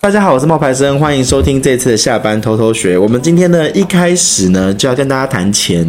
大家好，我是冒牌生，欢迎收听这次的下班偷偷学。我们今天呢，一开始呢就要跟大家谈钱。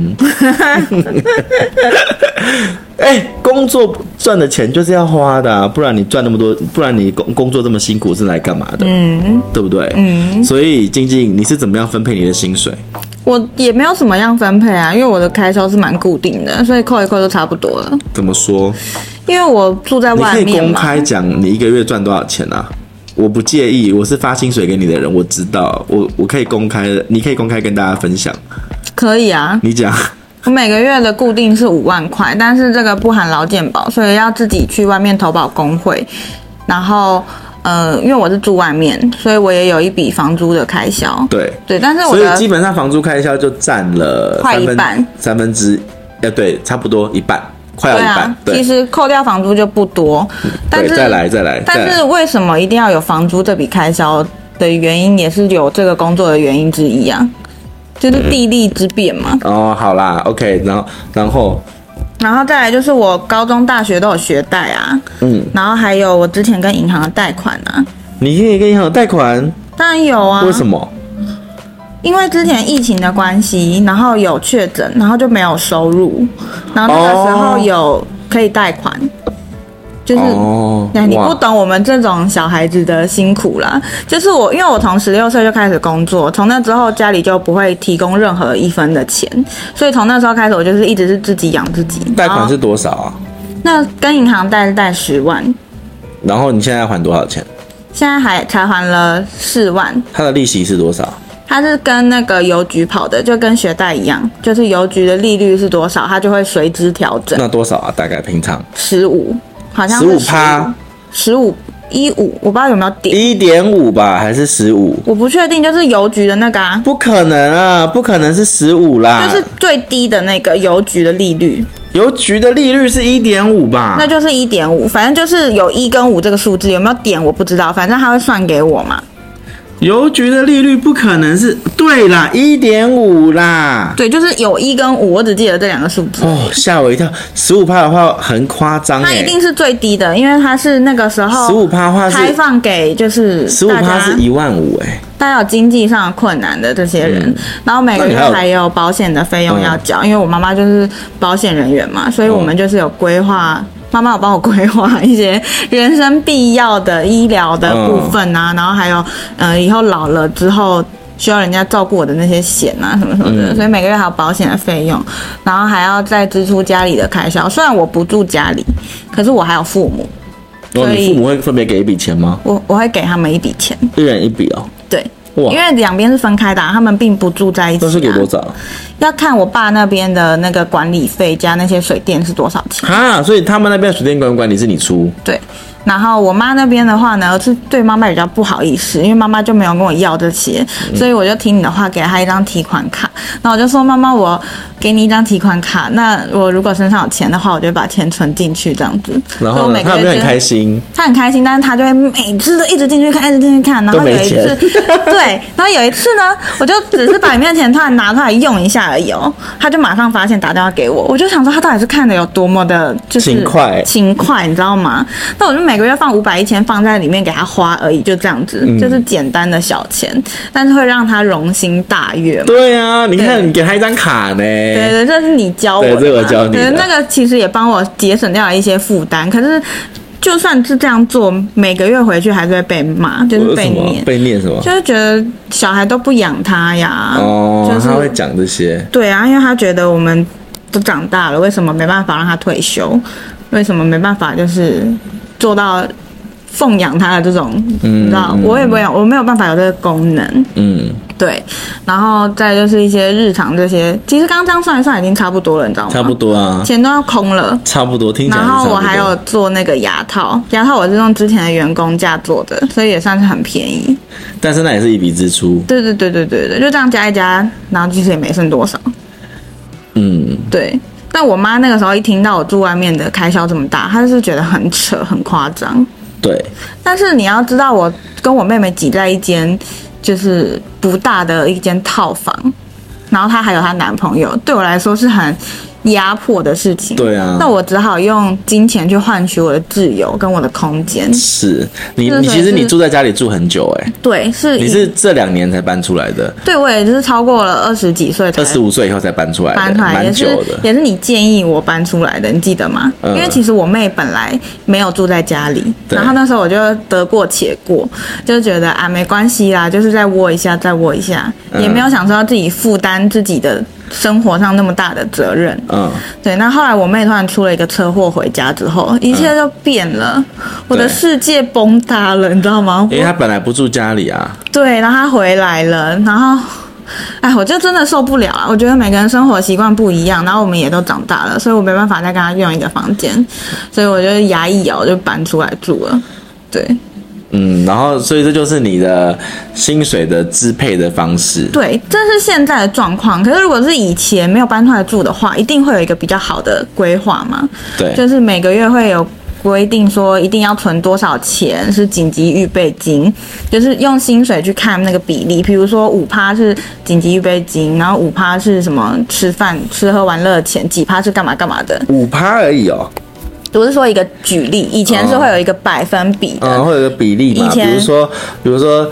工作赚的钱就是要花的啊，不然你赚那么多，不然你工作这么辛苦是来干嘛的？对不对？所以静静，你是怎么样分配你的薪水？ 我也没有什么样分配啊，因为我的开销是蛮固定的，所以扣一扣就差不多了。 怎么说？ 因为我住在外面嘛。 你可以公开讲你一个月赚多少钱啊？我不介意，我是发薪水给你的人，我知道，我可以公开的，你可以公开跟大家分享。可以啊， 你讲。 我每个月的固定是5万块，但是这个不含劳健保，所以要自己去外面投保工会。然后，因为我是住外面，所以我也有一笔房租的开销。对，但是所以基本上房租开销就占了快一半， 对，差不多一半。快要一半， 对啊，其实扣掉房租就不多，但是再来。 但是为什么一定要有房租这笔开销的原因，也是有这个工作的原因之一啊，就是地利之便嘛。 好啦 ，OK， 然后再来就是我高中、大学都有学贷啊，然后还有我之前跟银行的贷款啊。 你可以跟银行有贷款？ 当然有啊。 为什么？ 因为之前疫情的关系，然后有确诊，然后就没有收入，然后那个时候有可以贷款，就是你不懂我们这种小孩子的辛苦啦。就是因为我从16岁就开始工作，从那之后家里就不会提供任何一分的钱，所以从那时候开始我就是一直是自己养自己。 贷款是多少啊？ 那跟银行贷10万。然后你现在还多少钱？ 现在才还了4万。 它的利息是多少？ 它是跟那个邮局跑的，就跟学贷一样，就是邮局的利率是多少，它就会随之调整。 那多少啊？大概平常 15%，好像是15%，15%，我不知道有没有点 1.5吧，还是15%？ 我不确定，就是邮局的那个啊。 不可能啊，不可能是15%啦， 就是最低的那个邮局的利率。 邮局的利率是1.5吧？ 那就是1.5，反正就是有1跟5这个数字，有没有点我不知道，反正他会算给我嘛。 邮局的利率不可能是对啦，1.5啦。 对，就是有1跟5，我只记得这2个数字。 吓我一跳！15%的话很夸张它一定是最低的，因为它是那个时候 15%的话是开放给就是 15%是15000 大家有经济上困难的这些人，然后每个月还有保险的费用要缴，因为我妈妈就是保险人员嘛，所以我们就是有规划。妈妈有帮我规划一些人生必要的医疗的部分啊，然后还有以后老了之后需要人家照顾我的那些险啊什么什么的，所以每个月还有保险的费用，然后还要再支出家里的开销。虽然我不住家里，可是我还有父母。 所以你父母会分别给一笔钱吗？ 我会给他们一笔钱， 一人一笔哦。 对。因为两边是分开的，他们并不住在一起。 都是给多少？ 要看我爸那边的那个管理费加那些水电是多少钱啊？所以他们那边水电管理是你出？ 对。然后我妈那边的话呢，是对妈妈比较不好意思，因为妈妈就没有跟我要这些，所以我就听你的话，给她一张提款卡。那我就说妈妈，我给你一张提款卡，那我如果身上有钱的话，我就把钱存进去这样子。 然后呢，他有没有很开心？ 他很开心，但是他就会每次都一直进去看，一直进去看。然后有一次，对，然后有一次呢，我就只是把里面的钱突然拿出来用一下而已哦，他就马上发现打电话给我，我就想说他到底是看的有多么的，就是勤快，你知道吗？那我就每个月放500、1000放在里面给他花而已，就这样子，就是简单的小钱，但是会让他龙心大悦。 对啊，你看你给他一张卡呢。 对，这是你教我的。 对，这个我教你的。 那个其实也帮我节省掉了一些负担，可是就算是这样做，每个月回去还是会被骂，就是被念。 被念什么？ 就是觉得小孩都不养他呀。就是他会讲这些。对啊，因为他觉得我们都长大了，为什么没办法让他退休？为什么没办法就是做到奉养他的这种，你知道，我也不有，我没有办法有这个功能。对，然后再就是一些日常这些，其实刚刚这样算一算已经差不多了，你知道吗？ 差不多啊， 钱都要空了， 差不多，听起来是差不多。 然后我还有做那个牙套我是用之前的员工价做的，所以也算是很便宜。 但是那也是一笔支出。对， 就这样加一加，然后其实也没剩多少。对。但我妈那个时候一听到我住外面的开销这么大，她是觉得很扯很夸张。 对。但是你要知道，我跟我妹妹挤在一间就是不大的一间套房，然后她还有她男朋友，对我来说是很压迫的事情。 对啊， 那我只好用金钱去换取我的自由跟我的空间。 是你其实你住在家里住很久对， 你是这2年才搬出来的。 对，我也就是超过了20几岁 ，25岁以后才搬出来的，蛮久的。 也是你建议我搬出来的，你记得吗？因为其实我妹本来没有住在家里，然后那时候我就得过且过，就觉得没关系啦，就是再窝一下，也没有想说要自己负担自己的生活上那么大的责任。对。那后来我妹突然出了一个车祸回家之后，一切就变了，我的世界崩塌了，你知道吗？ 因为她本来不住家里啊。 对，然后她回来了，然后。我就真的受不了啊！我觉得每个人生活习惯不一样，然后我们也都长大了，所以我没办法再跟他用一个房间，所以我就牙一咬就搬出来住了。对， 然后所以这就是你的薪水的支配的方式。 对，这是现在的状况。可是如果是以前没有搬出来住的话，一定会有一个比较好的规划嘛。 对， 就是每个月会有规定说一定要存多少钱是紧急预备金，就是用薪水去看那个比例，比如说5%是紧急预备金，然后5%是什么吃饭吃喝玩乐钱，几%是干嘛干嘛的 ，5%而已哦。 我是说一个举例，以前是会有一个百分比的， 会有一个比例嘛，比如说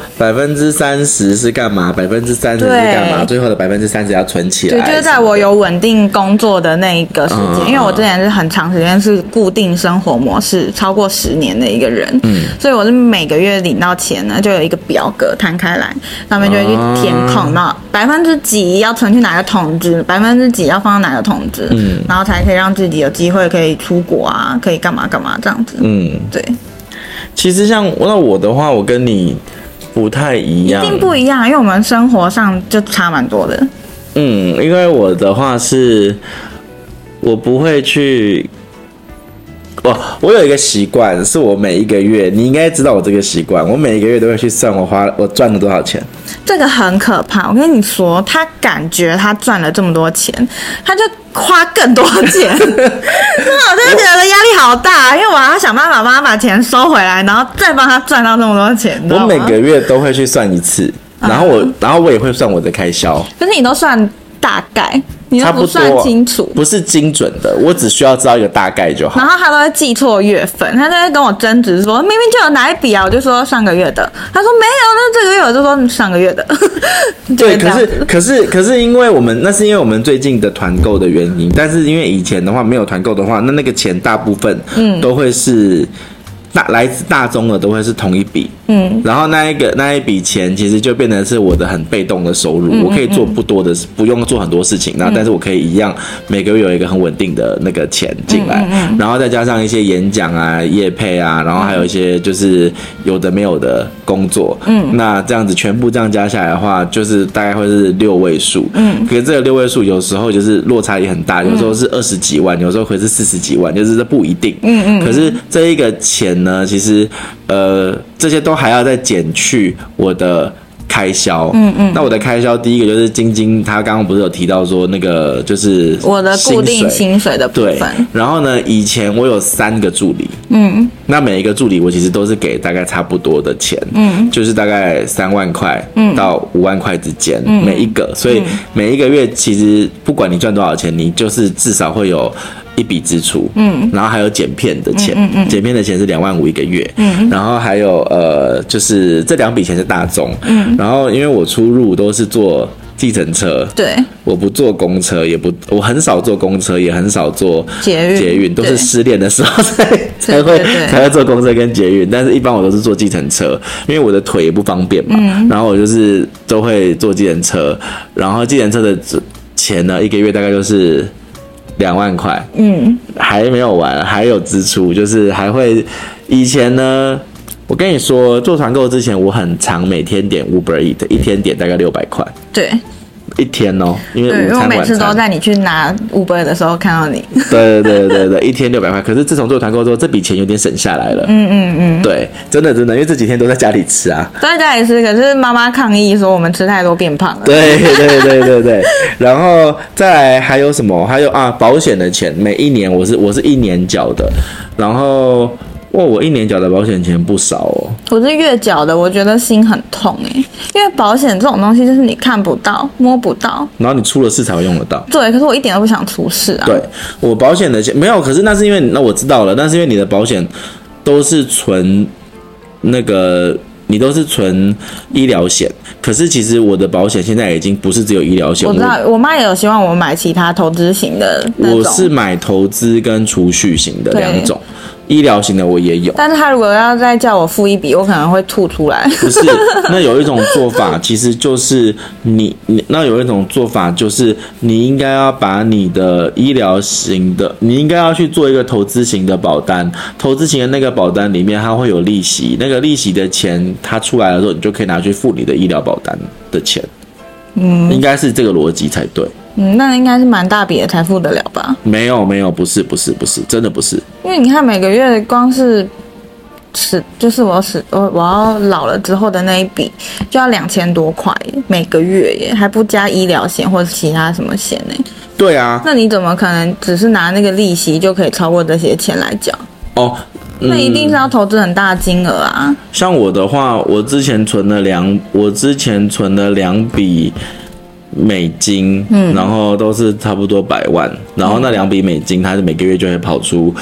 30%是干嘛，30%是干嘛，最后的30%要存起来。 对，就是在我有稳定工作的那一个时间，因为我之前是很长时间是固定生活模式超过10年的一个人，所以我是每个月领到钱呢，就有一个表格摊开来，上面就会去填空，那几要存去哪个桶子，几要放到哪个桶子，然后才可以让自己有机会可以出国啊。可以干嘛干嘛这样子。对。 其实像我的话，我跟你不太一样， 一定不一样，因为我们生活上就差蛮多的。 因为我的话是，我不会去。我有一个习惯，是我每一个月，你应该知道我这个习惯，我每一个月都会去算我赚了多少钱。 这个很可怕，我跟你说，他感觉他赚了这么多钱，他就花更多钱，那我就觉得压力好大，因为我要想办法帮他把钱收回来，然后再帮他赚到那么多钱。 我每个月都会去算一次，然后我也会算我的开销。 可是你都算大概，你都不算清楚， 不是精准的，我只需要知道一个大概就好。 然后他都会记错月份，他就会跟我争执说，明明就有哪一笔啊，我就说上个月的，他说没有，那这个月我就说上个月的。 对，可是因为那是因为我们最近的团购的原因，但是因为以前的话没有团购的话，那个钱大部分都会是。来自大宗的都会是同一笔，然后那一笔钱其实就变成是我的很被动的收入，我可以做不用做很多事情，但是我可以一样每个月有一个很稳定的那个钱进来，然后再加上一些演讲啊、业配啊，然后还有一些就是有的没有的工作，那这样子全部这样加下来的话，就是大概会是6位数，可是这个6位数有时候就是落差也很大，有时候是20几万，有时候会是40几万，就是这不一定，可是这一个钱呢，其实这些都还要再减去我的开销。那我的开销第一个就是晶晶，她刚刚不是有提到说那个就是我的固定薪水的部分。 对，然后呢，以前我有3个助理，那每一个助理我其实都是给大概差不多的钱，就是大概3万块到5万块之间，每一个，所以每一个月其实不管你赚多少钱，你就是至少会有一笔支出，然后还有剪片的钱，剪片的钱是2万5一个月，然后还有就是这2笔钱是大宗，然后因为我出入都是坐计程车， 对， 我不坐公车，我很少坐公车，也很少坐捷运，都是失恋的时候才会坐公车跟捷运，但是一般我都是坐计程车，因为我的腿也不方便嘛，然后我就是都会坐计程车，然后计程车的钱呢，一个月大概就是2万块，还没有完，还有支出，就是还会以前呢，我跟你说，做团购之前，我很常每天点 Uber Eat， 一天点大概600块， 对， 一天哦，因为午餐晚餐， 我每次都在你去拿 Uber 的时候看到你， 对，一天600块，可是自从做团购之后，这笔钱有点省下来了，对，真的，因为这几天都在家里吃啊， 都在家里吃，可是妈妈抗议说我们吃太多变胖了， 对，然后再来还有什么？还有保险的钱，每一年我是1年缴的，然后我1年缴的保险钱不少哦。 我是月缴的，我觉得心很痛因为为保险这种东西就是你看不到、摸不到， 然后你出了事才会用得到。 对，可是我一点都不想出事啊。 对，我保险的钱没有，可是那是因为那我知道了，那是因为你的保险都是存那个。你都是存医疗险，可是其实我的保险现在已经不是只有医疗险。 我知道，我妈也有希望我买其他投资型的那种。 我是买投资跟储蓄型的两种。医疗型的我也有， 但是他如果要再叫我付一笔，我可能会吐出来。 不是，那有一种做法，其实就是那有一种做法就是你应该要把你的医疗型的，你应该要去做一个投资型的保单，投资型的那个保单里面它会有利息，那个利息的钱它出来的时候，你就可以拿去付你的医疗保单的钱。应该是这个逻辑才对。 那应该是蛮大笔的才付得了吧？ 没有，不是，真的不是。 因为你看每个月光是就是我要老了之后的那一笔就要2000多块每个月耶，还不加医疗险或者其他什么险呢？ 对啊， 那你怎么可能只是拿那个利息就可以超过这些钱来缴？那一定是要投资很大的金额啊。 像我的话，我之前存了2笔美金，然后都是差不多100万，然后那2笔美金，它是每个月就会跑出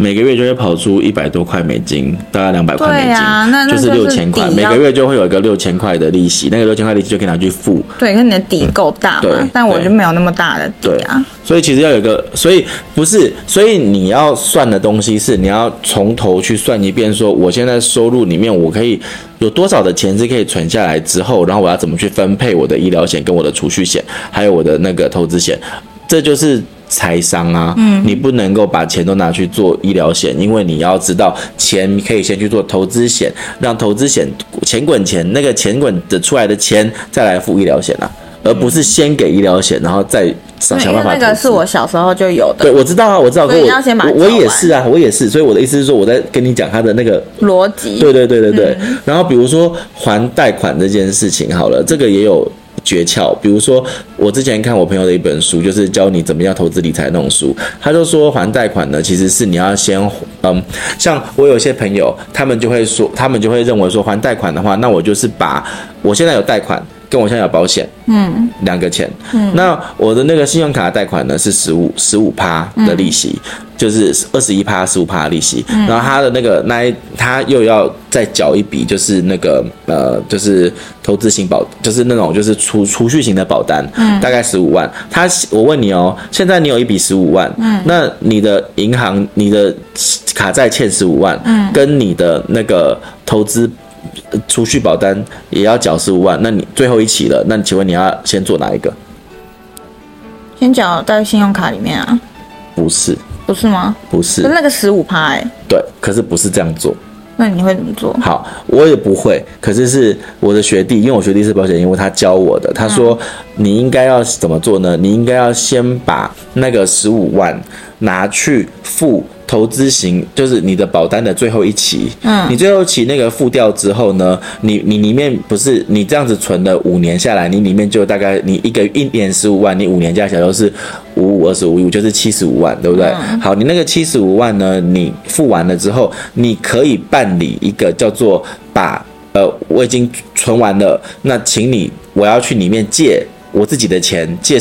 100多块美金，大概200块美金， 对啊，那就是6000块，每个月就会有一个6000块的利息，那个6000块利息就可以拿去付。 对，跟你的底够大嘛，但我就没有那么大的底啊。 所以其实要有一个，所以你要算的东西是你要从头去算一遍，说我现在收入里面我可以有多少的钱是可以存下来之后，然后我要怎么去分配我的医疗险跟我的储蓄险，还有我的那个投资险，这就是财商啊。你不能够把钱都拿去做医疗险，因为你要知道钱可以先去做投资险，让投资险钱滚钱，那个钱滚的出来的钱再来付医疗险啊，而不是先给医疗险，然后再想办法投资。 那个是我小时候就有的。 对，我知道啊， 所以你要先把它我也是啊，我也是。所以我的意思是说，我在跟你讲他的那个逻辑。 对。然后比如说还贷款这件事情，好了，这个也有诀窍。比如说，我之前看我朋友的一本书，就是教你怎么样投资理财那种书。他就说还贷款呢，其实是你要先像我有些朋友，他们就会认为说还贷款的话，那我就是把我现在有贷款。跟我现在有保险，2个钱，那我的那个信用卡贷款呢是15%的利息，就是21%、15%的利息，然后他的那个他又要再缴一笔，就是那个就是投资型保，就是那种就是储蓄型的保单，大概15万。我问你哦，现在你有一笔15万，那你的银行你的卡债欠15万，跟你的那个投资储蓄保单也要缴15万，那你最后一期了，那请问你要先做哪一个？ 先缴在信用卡里面啊？ 不是吗？不是， 那个15% 对，可是不是这样做。 那你会怎么做？ 好，我也不会，可是我的学弟，因为我学弟是保险业务，他教我的。他说你应该要怎么做呢？你应该要先把那个15万拿去付投资型，就是你的保单的最后一期。你最后一期那个付掉之后呢，你里面不是你这样子存了5年下来，你里面就大概你一年15万，你5年加起来都是5525就是75万，对不对？好，你那个75万呢，你付完了之后，你可以办理一个叫做我已经存完了，那请我要去里面借我自己的钱，借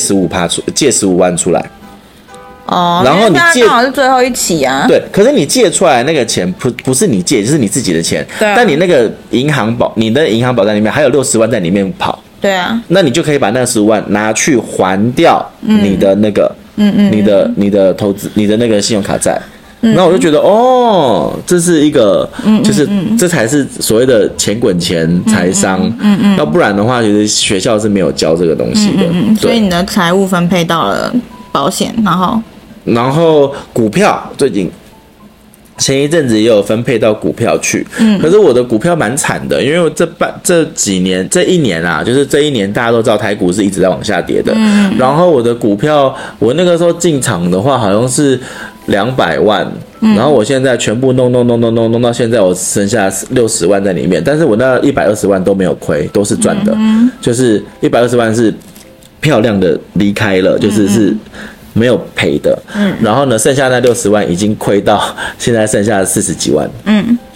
15万出来。然后你借刚好是最后一期啊。 对，可是你借出来那个钱不是你借，就是你自己的钱。 对啊。 但你那个你的银行保单里面还有60万在里面跑。 对啊。 那你就可以把那15万拿去还掉你的那个，你的投资，你的那个信用卡债。那我就觉得这是一个，就是这才是所谓的钱滚钱财商。要不然的话，其实学校是没有教这个东西的。 所以你的财务分配到了保险，然后股票最近前一阵子也有分配到股票去，可是我的股票蛮惨的，因为这一年啊，就是这一年大家都知道台股是一直在往下跌的，然后我的股票我那个时候进场的话好像是200万，然后我现在全部弄到现在我剩下60万在里面，但是我那120万都没有亏，都是赚的，就是120万是漂亮的离开了，就是没有赔的，然后呢，剩下那60万已经亏到现在剩下40几万，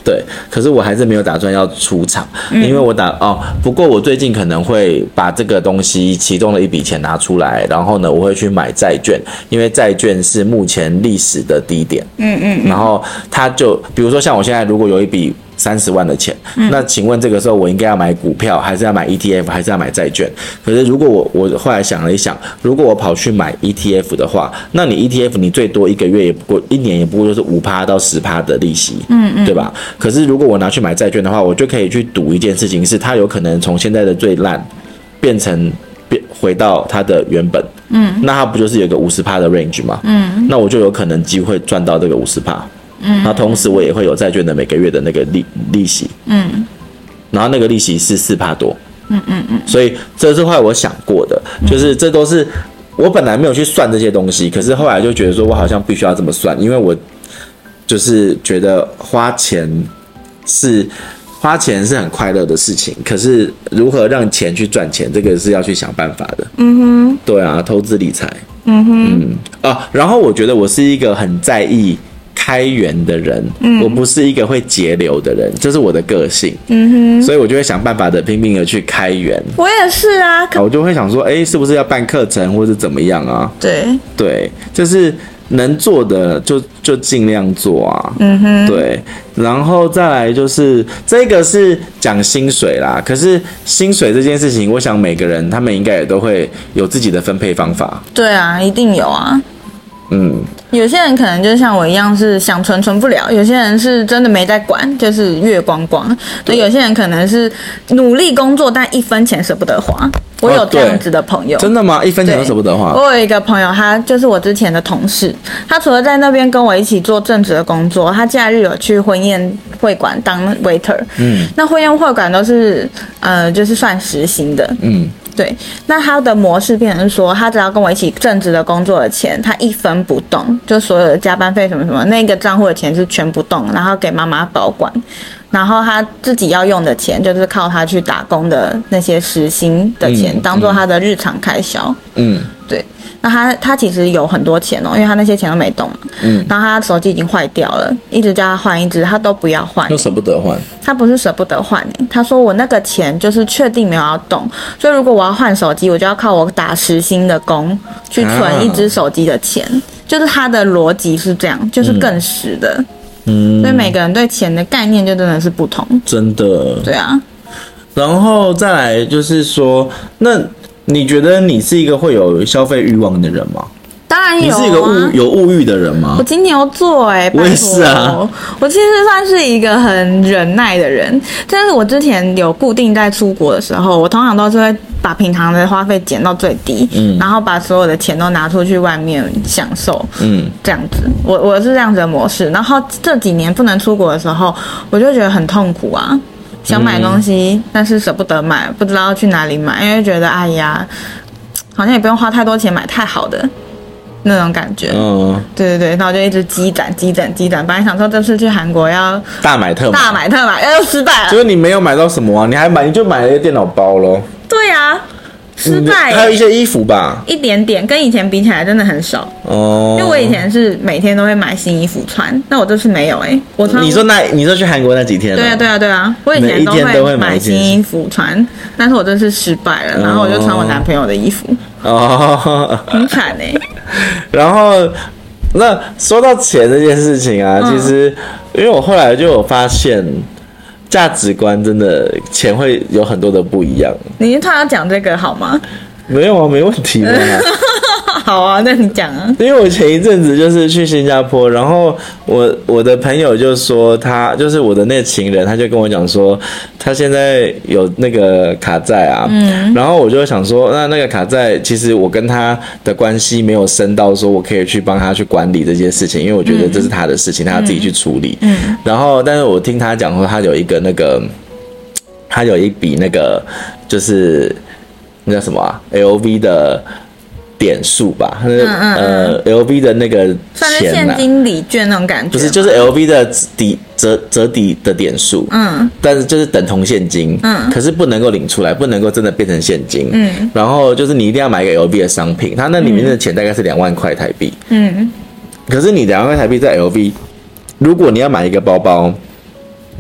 对，可是我还是没有打算要出场，因为我不过我最近可能会把这个东西其中的一笔钱拿出来，然后呢，我会去买债券，因为债券是目前历史的低点。然后它就比如说像我现在如果有一笔30万的钱，那请问这个时候我应该要买股票，还是要买 ETF， 还是要买债券？可是如果我后来想了一想，如果我跑去买 ETF 的话，那你 ETF 你最多一年也不过就是5%到10%的利息，对吧？可是如果我拿去买债券的话，我就可以去赌一件事情，是它有可能从现在的最烂回到它的原本，那它不就是有个50%的 range 吗？那我就有可能机会赚到这个50%。那同时我也会有债券的每个月的那个利息，然后那个利息是4%多，所以这是后来我想过的，就是这都是我本来没有去算这些东西，可是后来就觉得说我好像必须要这么算，因为我就是觉得花钱是很快乐的事情，可是如何让钱去赚钱，这个是要去想办法的。对啊，投资理财。然后我觉得我是一个很在意开源的人，我不是一个会节流的人，这是我的个性。所以我就会想办法的拼命的去开源。 我也是啊， 我就会想说，是不是要办课程或是怎么样啊？对，就是能做的就尽量做啊。对，然后再来就是这个是讲薪水啦，可是薪水这件事情，我想每个人他们应该也都会有自己的分配方法。 对啊，一定有啊。有些人可能就像我一样是想存不了，有些人是真的没在管，就是月光光。对，有些人可能是努力工作，但1分钱舍不得花。我有这样子的朋友。 真的吗？1分钱都舍不得花？ 我有一个朋友，他就是我之前的同事，他除了在那边跟我一起做正职的工作，他假日有去婚宴会馆当 waiter。那婚宴会馆都是就是算时薪的。对，那他的模式变成说，他只要跟我一起正职的工作的钱，他1分不动，就所有的加班费什么什么，那个账户的钱是全不动，然后给妈妈保管，然后他自己要用的钱就是靠他去打工的那些时薪的钱，当做他的日常开销。对。那他其实有很多钱哦，因为他那些钱都没动嘛。然后他手机已经坏掉了，一直叫他换一只，他都不要换。 又舍不得换？ 他不是舍不得换，他说我那个钱就是确定没有要动，所以如果我要换手机，我就要靠我打时薪的工去存一只手机的钱。就是他的逻辑是这样，就是更实的。所以每个人对钱的概念就真的是不同。 真的。 对啊。 然后再来就是说，那你觉得你是一个会有消费欲望的人吗？ 当然有啊。 你是一个有物欲的人吗？ 我金牛座我也是啊。 我其实算是一个很忍耐的人，但是我之前有固定在出国的时候，我通常都是会把平常的花费减到最低，然后把所有的钱都拿出去外面享受，这样子。我是这样子的模式。然后这几年不能出国的时候，我就觉得很痛苦啊。想买东西，但是舍不得买，不知道要去哪里买，因为觉得哎呀，好像也不用花太多钱买太好的那种感觉。对，然后就一直积攒。本来想说这次去韩国要大买特买， 又失败了。 就是你没有买到什么啊，你就买了一个电脑包咯。 对啊。失败。 还有一些衣服吧， 一点点，跟以前比起来真的很少。因为我以前是每天都会买新衣服穿，那我这次没有。 你说去韩国那几天？ 对啊，我以前都会买新衣服穿，但是我这次失败了，然后我就穿我男朋友的衣服。很惨。 然后那说到钱这件事情啊，其实因为我后来就有发现，价值观真的钱会有很多的不一样。 你突然要讲这个好吗？ 没有啊，没问题的。 好啊，那你讲啊。 因为我前一阵子就是去新加坡，然后我的朋友就说，他就是我的那个情人，他就跟我讲说，他现在有那个卡债啊。然后我就想说，那个卡债，其实我跟他的关系没有深到说我可以去帮他去管理这件事情，因为我觉得这是他的事情，他要自己去处理。然后，但是我听他讲说，他有一笔那个就是那叫什么啊 ，LV 的点数吧，LV 的那个算是现金礼券那种感觉， 不是，就是 LV 的折抵的点数，但是就是等同现金，可是不能够领出来，不能够真的变成现金，然后就是你一定要买一个 LV 的商品，它那里面的钱大概是2万块台币，可是你2万块台币在 LV， 如果你要买一个包包，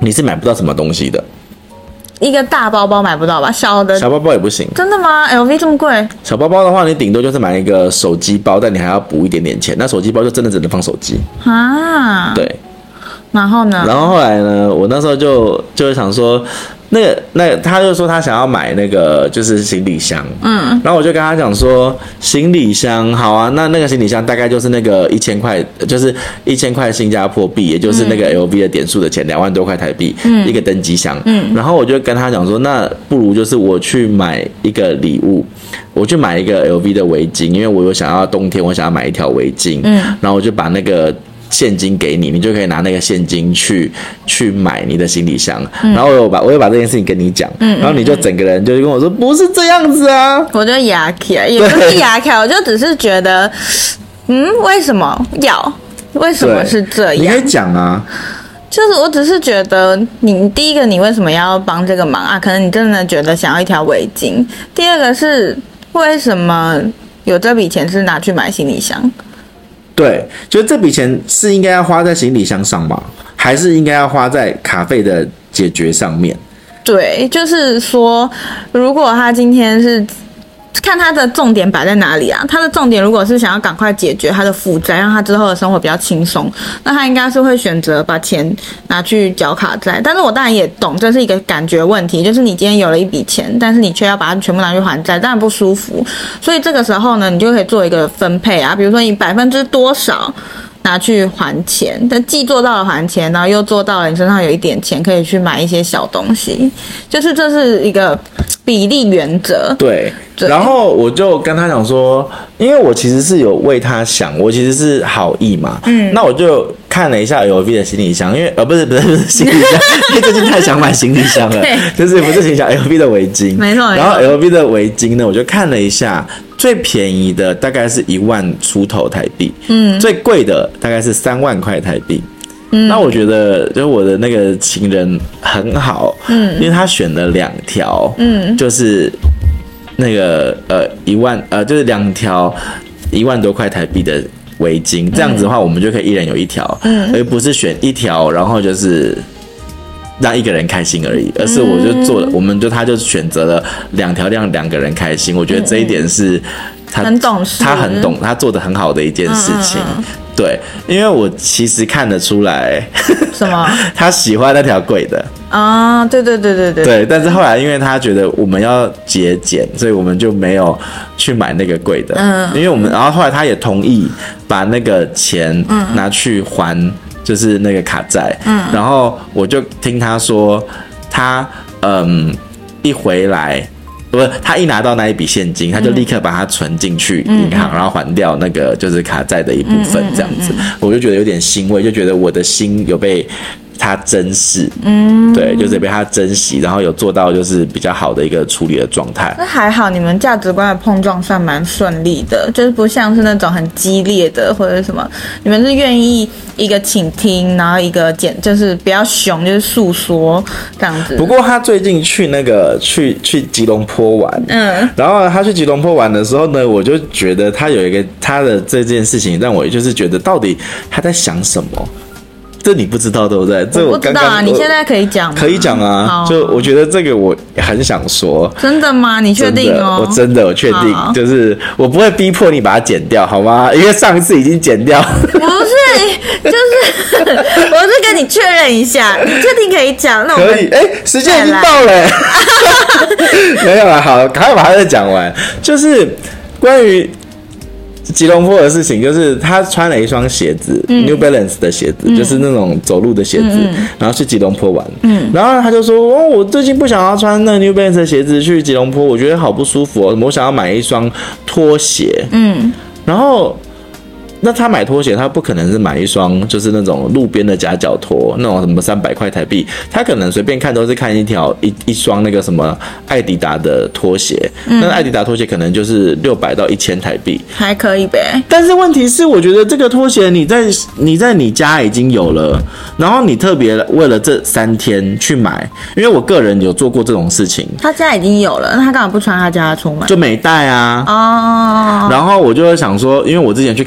你是买不到什么东西的。 一个大包包买不到吧？小包包也不行。 真的吗 ？LV 这么贵？ 小包包的话，你顶多就是买一个手机包，但你还要补一点点钱。那手机包就真的只能放手机啊。对。 然后呢？ 然后后来呢？我那时候就想说，他就说他想要买那个就是行李箱，然后我就跟他讲说，行李箱好啊，那个行李箱大概就是那个1000块，就是1000块新加坡币，也就是那个 LV 的点数的钱，2万多块台币，一个登机箱，然后我就跟他讲说，那不如就是我去买一个礼物，我去买一个 LV 的围巾，因为我有想要冬天我想要买一条围巾，然后我就把那个现金给你，你就可以拿那个现金去买你的行李箱，然后我又把这件事情跟你讲，然后你就整个人就跟我说不是这样子啊， 我就牙起来，也不是牙起来，我就只是觉得，为什么是这样？ 你可以讲啊。 就是我只是觉得你第一个你为什么要帮这个忙啊？可能你真的觉得想要一条围巾。第二个是为什么有这笔钱是拿去买行李箱？ 对，就这笔钱是应该要花在行李箱上吗？还是应该要花在卡费的解决上面？ 对，就是说，如果他今天是看他的重点摆在哪里啊？他的重点如果是想要赶快解决他的负债，让他之后的生活比较轻松，那他应该是会选择把钱拿去缴卡债。但是我当然也懂，这是一个感觉问题，就是你今天有了一笔钱，但是你却要把它全部拿去还债，当然不舒服。所以这个时候呢，你就可以做一个分配啊，比如说你%多少拿去还钱，但既做到了还钱，然后又做到了你身上有一点钱可以去买一些小东西，就是这是一个比例原则。 对，然后我就跟他讲说，因为我其实是有为他想，我其实是好意嘛，那我就看了一下 LV 的行李箱，因为不是行李箱，因为最近太想买行李箱了，就是不是行李箱 LV 的围巾， 没错。 然后 LV 的围巾呢，我就看了一下，最便宜的大概是1万出头台币，最贵的大概是3万块台币。那我觉得就是我的那个情人很好，因为他选了2条，就是那个1万就是2条1万多块台币的围巾，这样子的话我们就可以一人有1条，而不是选1条然后就是让一个人开心而已，而是我就做了，他就选择了2条让2个人开心。我觉得这一点是他很懂事， 他很懂，他做的很好的一件事情。对，因为我其实看得出来， 什么？ 他喜欢那条贵的啊，对， 对，但是后来因为他觉得我们要节俭，所以我们就没有去买那个贵的。因为我们，然后后来他也同意把那个钱拿去还，就是那个卡债。然后我就听他说，他一回来。不是，他一拿到那一笔现金，他就立刻把它存进去银行，然后还掉那个就是卡债的一部分，这样子，我就觉得有点欣慰，就觉得我的心有被他珍视，对，就是被他珍惜，然后有做到就是比较好的一个处理的状态。 那还好，你们价值观的碰撞算蛮顺利的，就是不像是那种很激烈的或者什么，你们是愿意一个倾听，然后一个就是比较凶，就是诉说这样子。 不过他最近去那个去吉隆坡玩，然后他去吉隆坡玩的时候呢，我就觉得他有一个他的这件事情让我就是觉得到底他在想什么。这你不知道对不对？这我不知道啊，你现在可以讲吗？ 可以讲啊，就我觉得这个我很想说。 真的吗？你确定哦？ 我确定，就是我不会逼迫你把它剪掉，好吗？因为上一次已经剪掉。 不是，就是我是跟你确认一下，你确定可以讲？那我们可以。时间已经到了。没有啦，好，赶快把它再讲完。就是关于吉隆坡的事情，就是他穿了一双鞋子，New Balance 的鞋子，就是那种走路的鞋子，然后去吉隆坡玩。然后他就说：“哦，我最近不想要穿那 New Balance 的鞋子去吉隆坡，我觉得好不舒服哦，我想要买一双拖鞋。”然后。那他买拖鞋，他不可能是买一双就是那种路边的夹脚拖，那种什么300块台币，他可能随便看都是看一双那个什么艾迪达的拖鞋，那艾迪达拖鞋可能就是600到1000台币， 还可以呗。 但是问题是，我觉得这个拖鞋你在你家已经有了，然后你特别为了这3天去买，因为我个人有做过这种事情。 他家已经有了，那他干嘛不穿他家出门？ 就没带啊。然后我就会想说，因为我之前去垦丁玩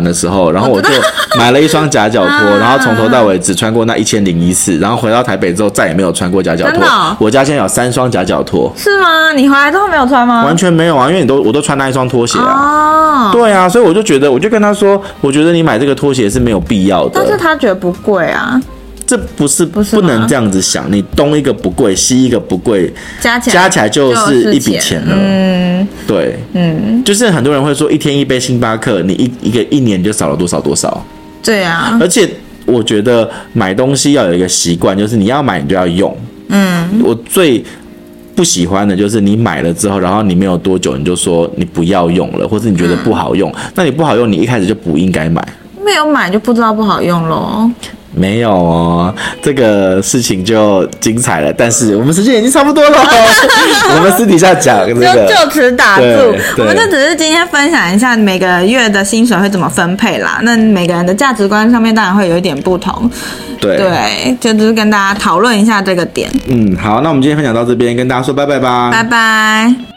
团的时候，然后我就买了一双夹脚拖，然后从头到尾只穿过那1001次，然后回到台北之后再也没有穿过夹脚拖。我家现在有3双夹脚拖。 是吗？你回来之后没有穿吗？ 完全没有啊，因为我都穿那一双拖鞋啊。对啊，所以我就跟他说，我觉得你买这个拖鞋是没有必要的。 但是他觉得不贵啊。 这不能这样子想，你东一个不贵，西一个不贵，加起来就是一笔钱了。对，就是很多人会说一天一杯星巴克，你一年就少了多少多少。 对啊， 而且我觉得买东西要有一个习惯，就是你要买你就要用。我最不喜欢的就是你买了之后，然后你没有多久你就说你不要用了，或是你觉得不好用，那你不好用，你一开始就不应该买。 没有买就不知道不好用咯。 没有哦，这个事情就精彩了，但是我们时间已经差不多了，我们私底下讲这个就此打住。我们就只是今天分享一下每个月的薪水会怎么分配啦，那每个人的价值观上面当然会有一点不同。对，就只是跟大家讨论一下这个点。 好，那我们今天分享到这边，跟大家说拜拜吧， 拜拜。